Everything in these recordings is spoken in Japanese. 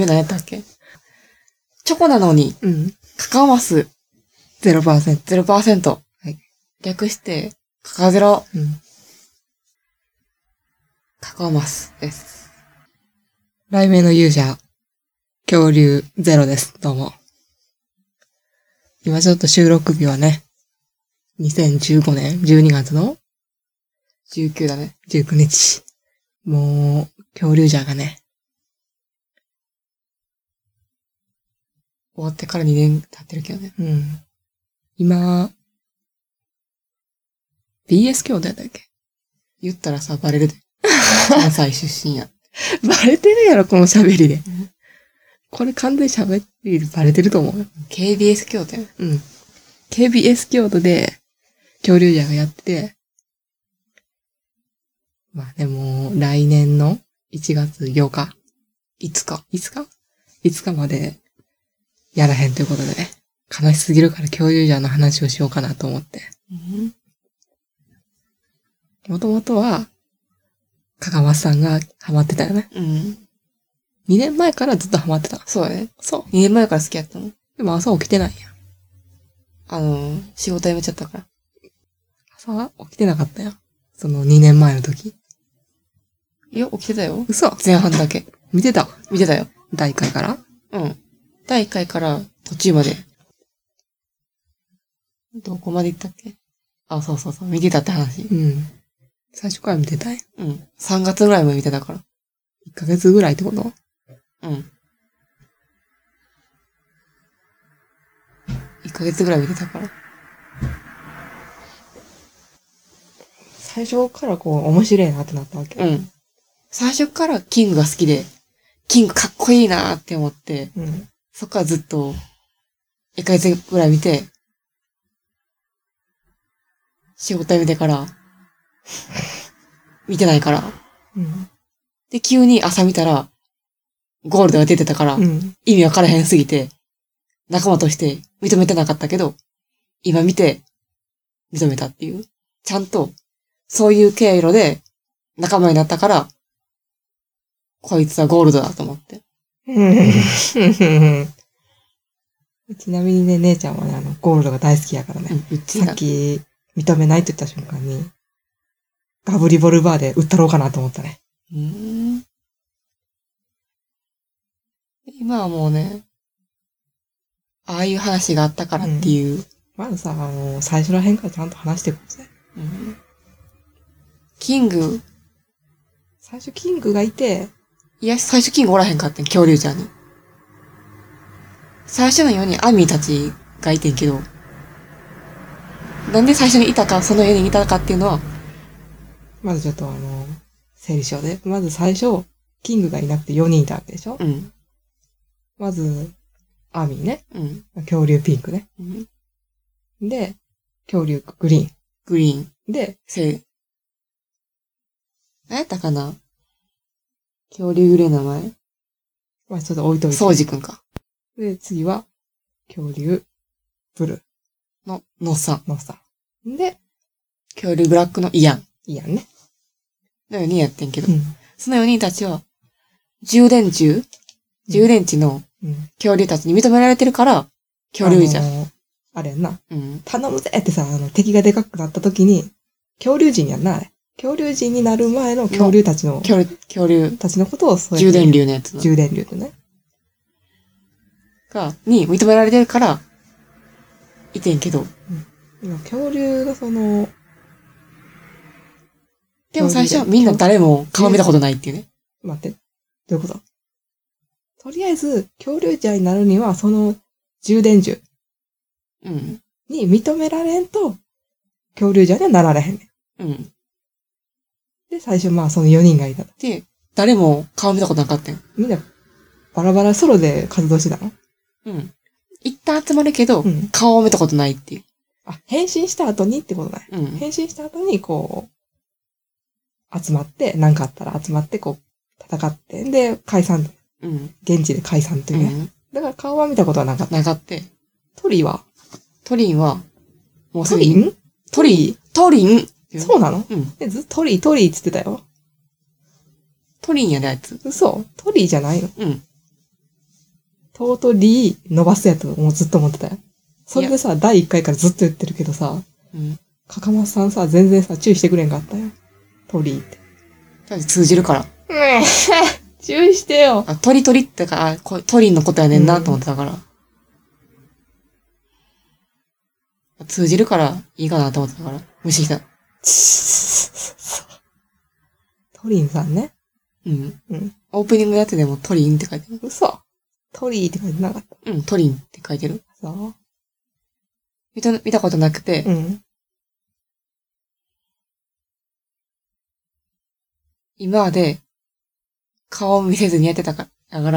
名何やったっけ？チョコなのに、 うん。 カカオマス 0%。 0%。 はい。 略して、カカゼロ。 うん。 カカオマスです。 雷鳴の勇者、恐竜ゼロです。どうも。今ちょっと収録日はね、2015年12月の 19だね。 19日。もう、恐竜ジャーがね、 終わってから2年経ってるけどね。 うん。今、BS 兄弟だっけ？ 言ったらさ、バレるで。関西出身や。 バレてるやろ、この喋りで。これ完全に喋りでバレてると思うよ。 KBS 京都や。 うん。KBS 京都で、恐竜ジャーがやってて、まあでも、来年の1月8日。 いつか。 5日までやらへんということでね。悲しすぎるから恐竜ジャーの話をしようかなと思って。もともとは、かかまさんがハマってたよね。 うん。 2年前からずっとハマってた。 そうだね。 そう。 2年前から好きやったの。 でも朝起きてないやん。 仕事辞めちゃったから。 朝は起きてなかったよ。その2年前の時。 いや、起きてたよ。 嘘。 前半だけ。 見てた。 見てたよ。 第1回から。 うん。第1回から途中まで。どこまで行ったっけ？あ、そう。見てたって話。 うん。最初から見てたよ。 うん。3月ぐらいまで見てたから。 1ヶ月ぐらいってこと？ うん。1ヶ月ぐらい見てたから。 最初からこう、面白いなってなったわけ。 うん。最初からキングが好きで、キングかっこいいなーって思って、 うん。 そっからずっと、1ヶ月ぐらい見て、仕事辞めてから、見てないから。 うん。 で、急に朝見たら、ゴールドが出てたから、 うん。 意味わからへんすぎて、仲間として認めてなかったけど、今見て、認めたっていう。ちゃんと、そういう経路で仲間になったから、こいつはゴールドだと思って。 ちなみにね、姉ちゃんはね、ゴールドが大好きやからね。 うちさっき、認めないって言った瞬間に、ガブリボルバーで撃ったろうかなと思ったね。 今はもうね、ああいう話があったからっていう。 まずさ、最初ら辺からちゃんと話していこうぜ。 キング。 最初キングがいて、 いや、最初キングおらへんかってん、恐竜ちゃんに。最初の4人、アミーたちがいてんけど、なんで最初にいたか、その4人いたかっていうのは、 まずちょっと整理しようで。まず最初、キングがいなくて4人いたわけでしょ？ うん。 まず、アミーね。 うん。 恐竜ピンクね。 うん、 で、恐竜グリーン。 グリーン。 で、 何やったかな？恐竜グレーの名前？ まあちょっと置いといて。 ソウジくんか。 で、次は、恐竜ブルー。 ノッサン。 のさ。で、 恐竜ブラックのイアン。 いいやんね。 の4人やってんけど、 うん。 その4人たちは、充電池の恐竜たちに認められてるから、恐竜じゃん。 あれやんな。 うん。 頼むぜってさ、敵がでかくなった時に、恐竜人やんな、あれ。恐竜人になる前の恐竜たちの、 恐竜たちのことをそう充電竜のやつの。 充電竜とね。 に認められてるから、いてんけど。 恐竜がでも最初はみんな誰も顔見たことないっていうね。 待って。どういうこと？とりあえず、恐竜ジャーになるには、その充電銃に認められんと、恐竜ジャーにはなられへんねん。 うん。 で、最初その4人がいた。 で、誰も顔見たことなかったん。 みんな、バラバラソロで活動してたの？ うん。一旦集まるけど、 うん、 顔を見たことないっていう。 あ、変身した後にってことない。 うん。 変身した後に集まって、なんかあったら集まって戦って、で、解散。 うん。 現地で解散っていうね。だから顔は見たことはなかった。 なかった。 トリンは、もうトリンそうなの？ うん。 ずっとトリーって言ってたよ。 トリンやで、あいつ。 嘘？トリーじゃないの？ うん。 尊伸ばすやとずっと思ってたよ。それでさ、第1回からずっと言ってるけどさ、 うん。 かかまさんさ、全然さ、注意してくれんかったよ。鳥って。 だって通じるから。 注意してよ。 あ、鳥ってか、鳥のことやねんなと思ってたから。通じるからいいかなと思ってたから。無視した。 トリンさんね。 うん。うん。オープニングやってでもトリンって書いてる。 嘘。トリーって書いてなかった。 うん、トリンって書いてる。 そう。 見たことなくて。 うん。 今まで顔を見せずにやってたから、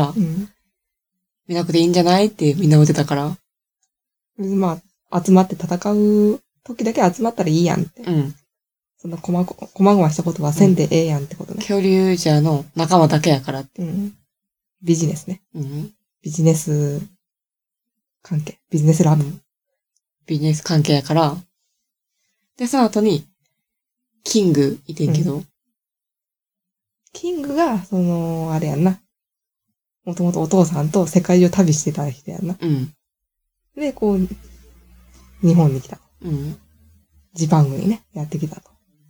うん、見なくていいんじゃないってみんな思ってたから。 まあ、集まって戦う時だけ集まったらいいやんって。うん。そんなこまごましたことはせんでええやんってことね。 恐竜じゃの仲間だけやからって。うん。 ビジネスね。うん。ビジネス関係。ビジネスラブ。 ビジネス関係やから。で、その後に、キングいてんけど。うん、 キングが、あれやんな。もともとお父さんと世界中旅してた人やんな。うん。で、こう、日本に来た。うん。ジパングにね、やってきたと。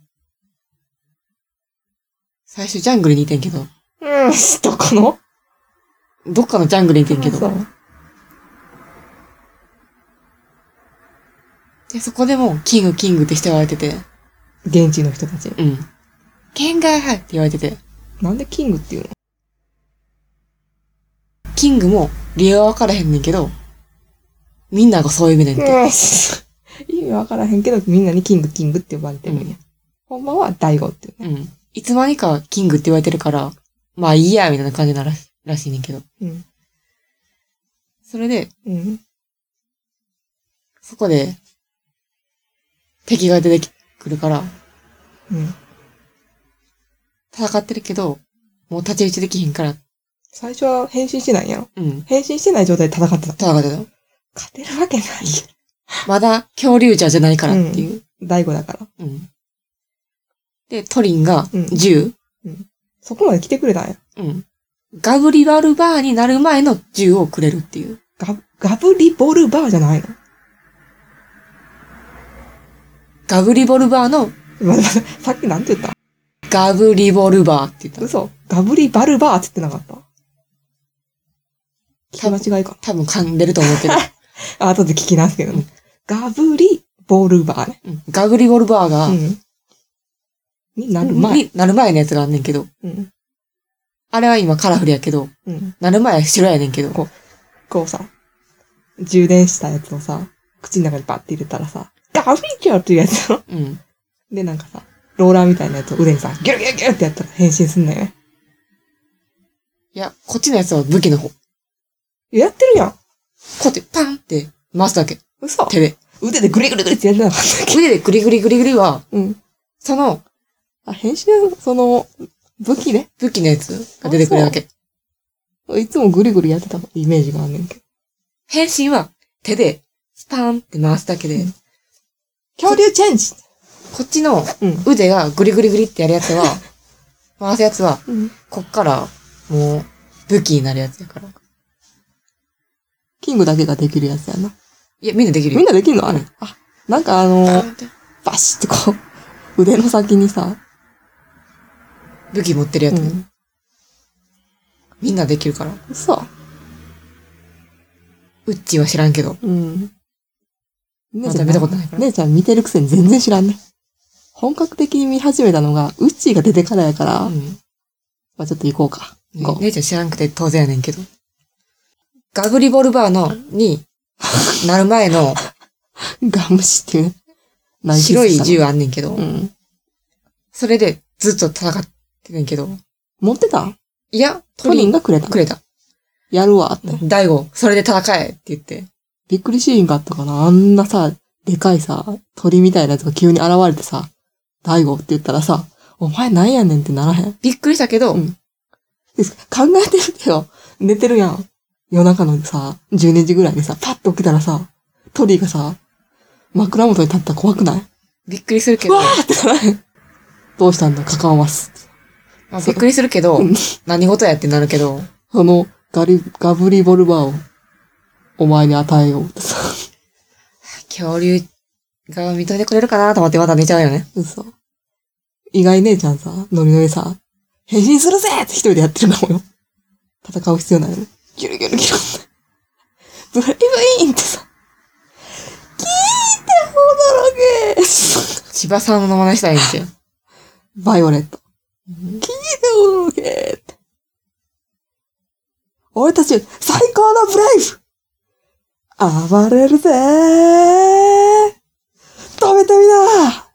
最初ジャングルにいてんけど。どっかのジャングルにいてんけど。そう。で、そこでも、キングってして言われてて。 現地の人たち。うん。 キングって言われてて。 なんでキングって言うの？ キングも理由は分からへんねんけど、みんながそういう意味ねんて。 意味分からへんけど、みんなにキングって呼ばれてるんや。うん、ほんまは大悟っていうね。うん。 いつまにかキングって言われてるから、まあいいや、みたいな感じならしいねんけど。うん。それで、うん。そこで、敵が出てくるから、うん。戦ってるけど、もう立ち打ちできひんから。 最初は変身してないんやろ。うん。変身してない状態で戦ってた。 戦ってた。 勝てるわけないよ。 まだ恐竜じゃないからっていう。 大悟だから。うん。 で、トリンが銃、 うん。そこまで来てくれたんや。 うん。ガブリバルバーになる前の銃をくれるっていう。 ガブリボルバーじゃないの？ ガブリボルバーの、 さっきなんて言った？ ガブリボルバーって言った。 嘘。ガブリバルバーって言ってなかった？聞き間違いか。 多分噛んでると思うけど。 後で聞き直すけどね。ガブリボルバーね。 うん、ガブリボルバーが、 になる前。 になる前のやつがあんねんけど。うん、あれは今カラフルやけど、うん、なる前は白やねんけど。 こうさ、充電したやつをさ、口の中にバッて入れたらさ、ガブリキョーっていうやつよ。うん。で、なんかさ、ローラーみたいなやつを腕にさ、ギュルギュルギュルってやったら変身すんのよね。 いや、こっちのやつは武器の方。 やってるやん。こうやってパンって回すだけ。 嘘？ 手で。 腕でグリグリグリってやってなかったっけ？ 腕でグリグリグリグリは、うん。 変身、武器ね。 武器のやつが出てくるだけ。 いつもグリグリやってたイメージがあんねんけど。 変身は手で、スパーンって回すだけで。 恐竜チェンジ！ こっちの腕がグリグリグリってやるやつは、回すやつは、こっからもう武器になるやつやから。 キングだけができるやつやな。 いや、みんなできるよ。 みんなできるのあれ。あ、なんかバシッてこう、腕の先にさ、 武器持ってるやつ、みんなできるから。 嘘。 ウッチーは知らんけど。うん。まだ見たことないから。 姉ちゃん見てるくせに全然知らんね。本格的に見始めたのが、ウッチーが出てからやから、まあちょっと行こうか。 姉ちゃん知らんくて当然やねんけど。ガブリボルバーになる前の、 ガムシっていうね。 白い銃あんねんけど、それでずっと戦ってんねんけど。 持ってた？ いや、 トリンがくれた。やるわって。 大悟、それで戦えって言って。 びっくりシーンがあったかな。あんなさ、でかいさ、鳥みたいなやつが急に現れてさ、大悟って言ったらさ、お前なんやねんってならへん？ びっくりしたけど、考えてみてよ。寝てるやん。夜中のさ、12時ぐらいにさ、パッと起きたらさ、鳥がさ、枕元に立ったら怖くない？ びっくりするけど。 わーってならへん。どうしたんだ、関わます。 びっくりするけど、何事やってなるけど。 ガブリボルバーをお前に与えようってさ。 恐竜が認めてくれるかなと思ってまた寝ちゃうよね。 嘘。意外姉ちゃんさ、ノリノリさ、変身するぜって一人でやってるかもよ。戦う必要ないよね。ギュルギュルギュルって。ブレイブインってさ。聞いて驚け千葉さんの真似したらいいんじゃん。 バイオレット。聞いて驚けって。俺たち最高のブレイブ暴れるぜー食べてみな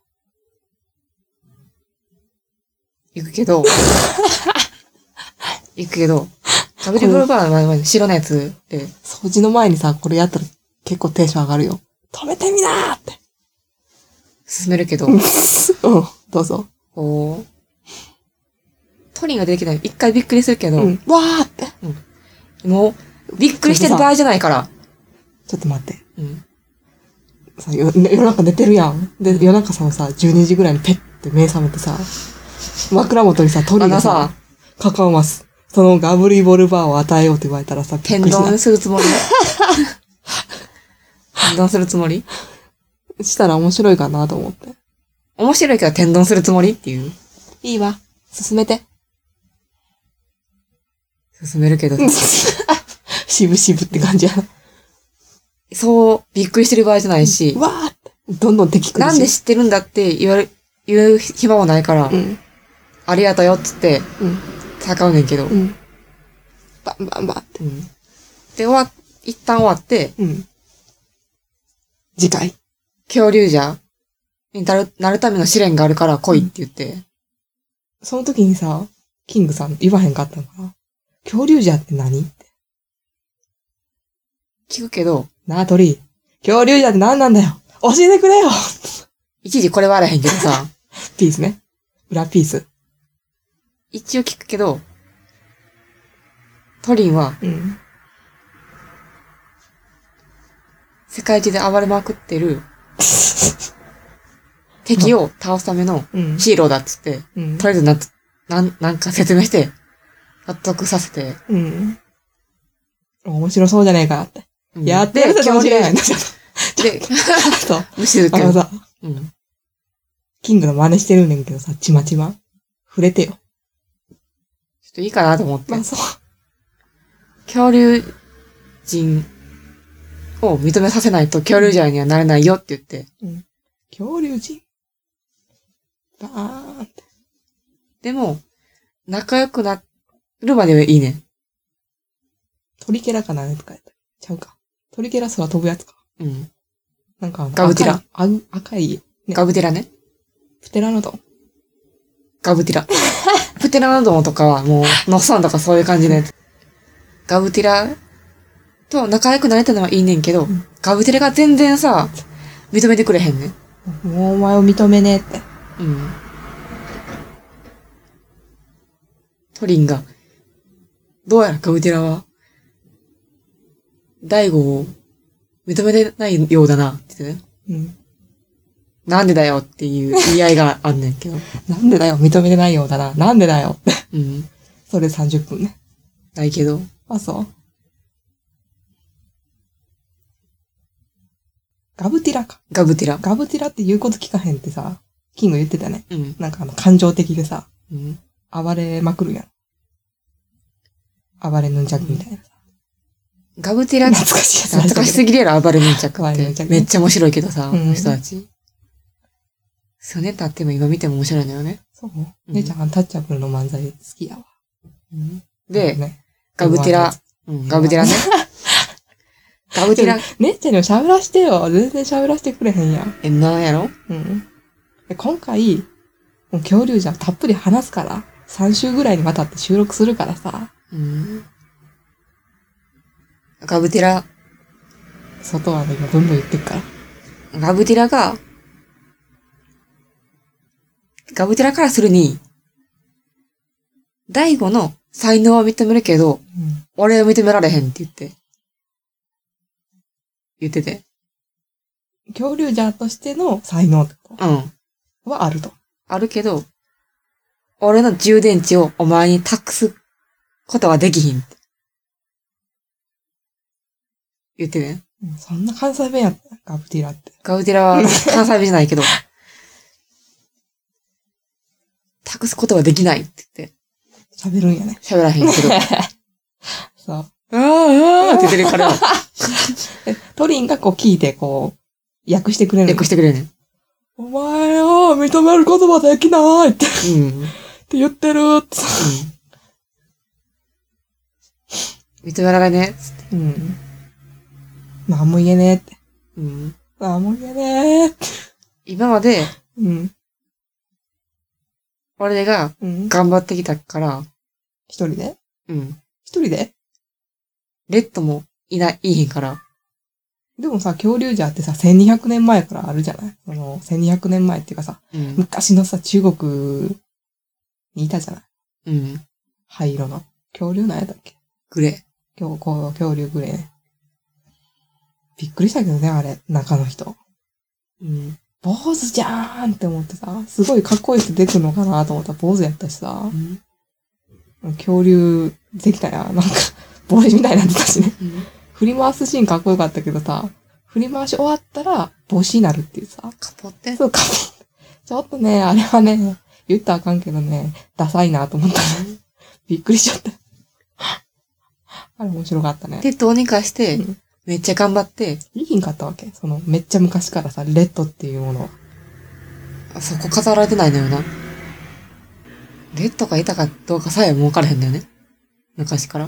行くけど、ガブリボルバーは白のやつで。 掃除の前にさ、これやったら結構テンション上がるよ。食べてみなーって。 進めるけど。 うん、どうぞ。 こう、トリンが出てきたら一回びっくりするけど、 わーって。 もう、びっくりしてる場合じゃないから。 ちょっと待って。さ、夜中寝てるやん。で、夜中さ、12時ぐらいにペッて目覚めてさ、枕元にさ、鳥がさ、抱えます。そのガブリボルバーを与えようって言われたらさ、 天丼するつもり天丼するつもりしたら面白いかなと思って。 面白いけど天丼するつもりっていう。 いいわ。進めて。 進めるけど。 渋々って感じやな。 そう、びっくりしてる場合じゃないし。 わーって。どんどん敵来るし。 なんで知ってるんだって言う暇もないから、ありがとうよっつって、戦うねんけど。バンバンバンって。で、一旦終わって、 次回。 恐竜じゃになるための試練があるから来いって言って。 その時にさ、キングさん言わへんかったのかな。恐竜じゃって何って。 聞くけど。 なあ、鳥。恐竜じゃって何なんだよ。教えてくれよ。 一時これはあらへんけどさ。 ピースね。裏ピース。 一応聞くけど、トリンは、世界中で暴れまくってる敵を倒すためのヒーローだっつって、とりあえずなんか説明して、納得させて。 面白そうじゃねえかって。やってるかもしれないんだじゃん。 で、 そう。 無視するけど。 さ、キングの真似してるんだけどさ、ちまちま。触れてよ。 ちょっといいかなと思って。 まあそう。 恐竜人を認めさせないと恐竜人にはなれないよって言って。 恐竜人バーンって。 でも、仲良くなるまではいいねん。 トリケラかなとかやった。ちゃうか。トリケラ空飛ぶやつか。なんかガブティラ。 赤い、 ね。ガブティラね。 プテラノドン。 ガブティラ。プテラノドンとかはもう、ノッサンとかそういう感じのやつ。ガブティラと仲良くなれたのはいいねんけど、ガブティラが全然さ、認めてくれへんね。 もうお前を認めねえって。 トリンが、どうやらガブティラは、大悟を認めてないようだな、って言ってね。なんでだよっていう言い合いがあんねんけど。 なんでだよ、認めてないようだな。なんでだよって。それ30分ね。 ないけど。 あ、そう。ガブティラか。 ガブティラ。 ガブティラって言うこと聞かへんってさ、キング言ってたね。なんか感情的でさ、暴れまくるやん。暴れヌンチャクみたいな。 ガブティラ懐かしい。 懐かしすぎるやろ、暴れヌンチャクって。めっちゃ面白いけどさ、人たち。そうね、たっても今見ても面白いのよね。 そう。姉ちゃんアンタッチャブルの漫才好きやわ。 で、ガブティラ。ガブティラね。ガブティラ。 姉ちゃんにも喋らしてよ。全然喋らしてくれへんやん。 なんやろ？ 今回、もう恐竜じゃたっぷり話すから、3週ぐらいにわたって収録するからさ。 ガブティラ。 外はね、今どんどん言ってくから。 ガブティラからするに、大悟の才能は認めるけど、俺は認められへんって言ってて。 恐竜ジャーとしての才能ってことはあると。 あるけど、俺の充電池をお前に託すことはできひんって。 言ってね。 そんな関西弁やったガブティラって。 ガウディラは関西弁じゃないけど、託すことはできないって言って。 喋るんやね。 喋らへんけど。 そう。 あーって言ってるから。 トリンがこう聞いて、こう、訳してくれる。 訳してくれるね。 お前よ、認めることはできないって。 うん。 って言ってるってさ。 認められねうん。なんも言えねえって。 うん。 なんも言えねえって。 今まで、 うん。 俺が頑張ってきたから。 一人でうん。 一人でレッドもいいへんから。 でもさ、恐竜じゃってさ、1200年前からあるじゃない1200年前っていうかさ、昔のさ、中国にいたじゃないうん。 灰色の。恐竜なんやったっけグレー。恐竜グレーね。びっくりしたけどね、あれ、中の人。 うん。 坊主じゃーんって思ってさ、すごいかっこいい人出てくるのかなと思ったら坊主やったしさ、恐竜できたや、なんか、帽子みたいになってたしね。振り回すシーンかっこよかったけどさ、振り回し終わったら帽子になるっていうさ。 カポってそう、カポって。ちょっとね、あれはね、言ったらあかんけどね、ダサいなと思ったね。びっくりしちゃった。あれ面白かったね。 で、どうにかして、めっちゃ頑張って。 いいひんかったわけめっちゃ昔からさ、レッドっていうもの。 そこ飾られてないのよな。レッドがいたかどうかさえも分からへんだよね。昔から。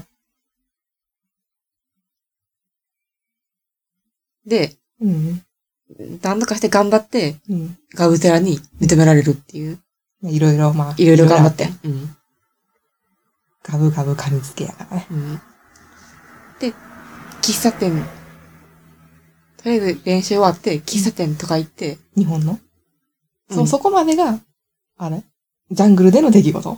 で、何とかして頑張って、ガウテラに認められるっていう。 いろいろ、まあ。 いろいろ頑張って。 ガブガブ噛みつけやからね。 で、喫茶店、とりあえず練習終わって、喫茶店とか行って。 日本のそこまでが、あれジャングルでの出来事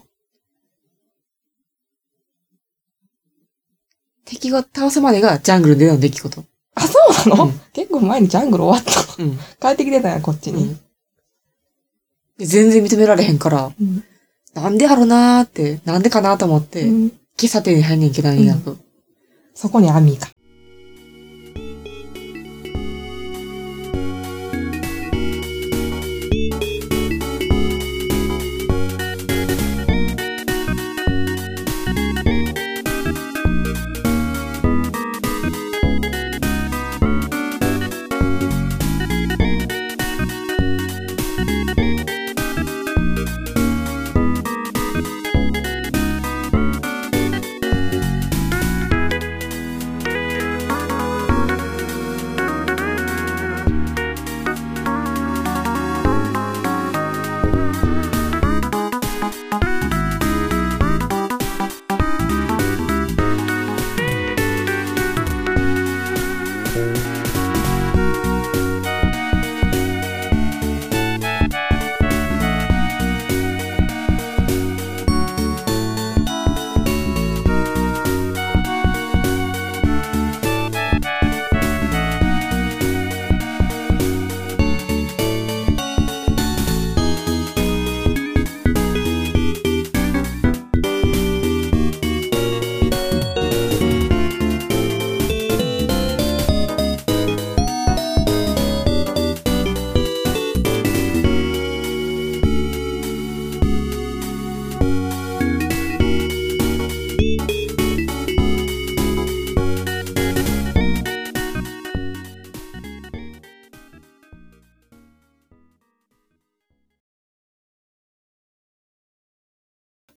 敵を倒すまでがジャングルでの出来事。 あ、そうなの、結構前にジャングル終わった。帰ってきてたんや、こっちに。 全然認められへんから、なんでやろなーって、なんでかなと思って、喫茶店に入んねんけど、なく。 そこにアミーか。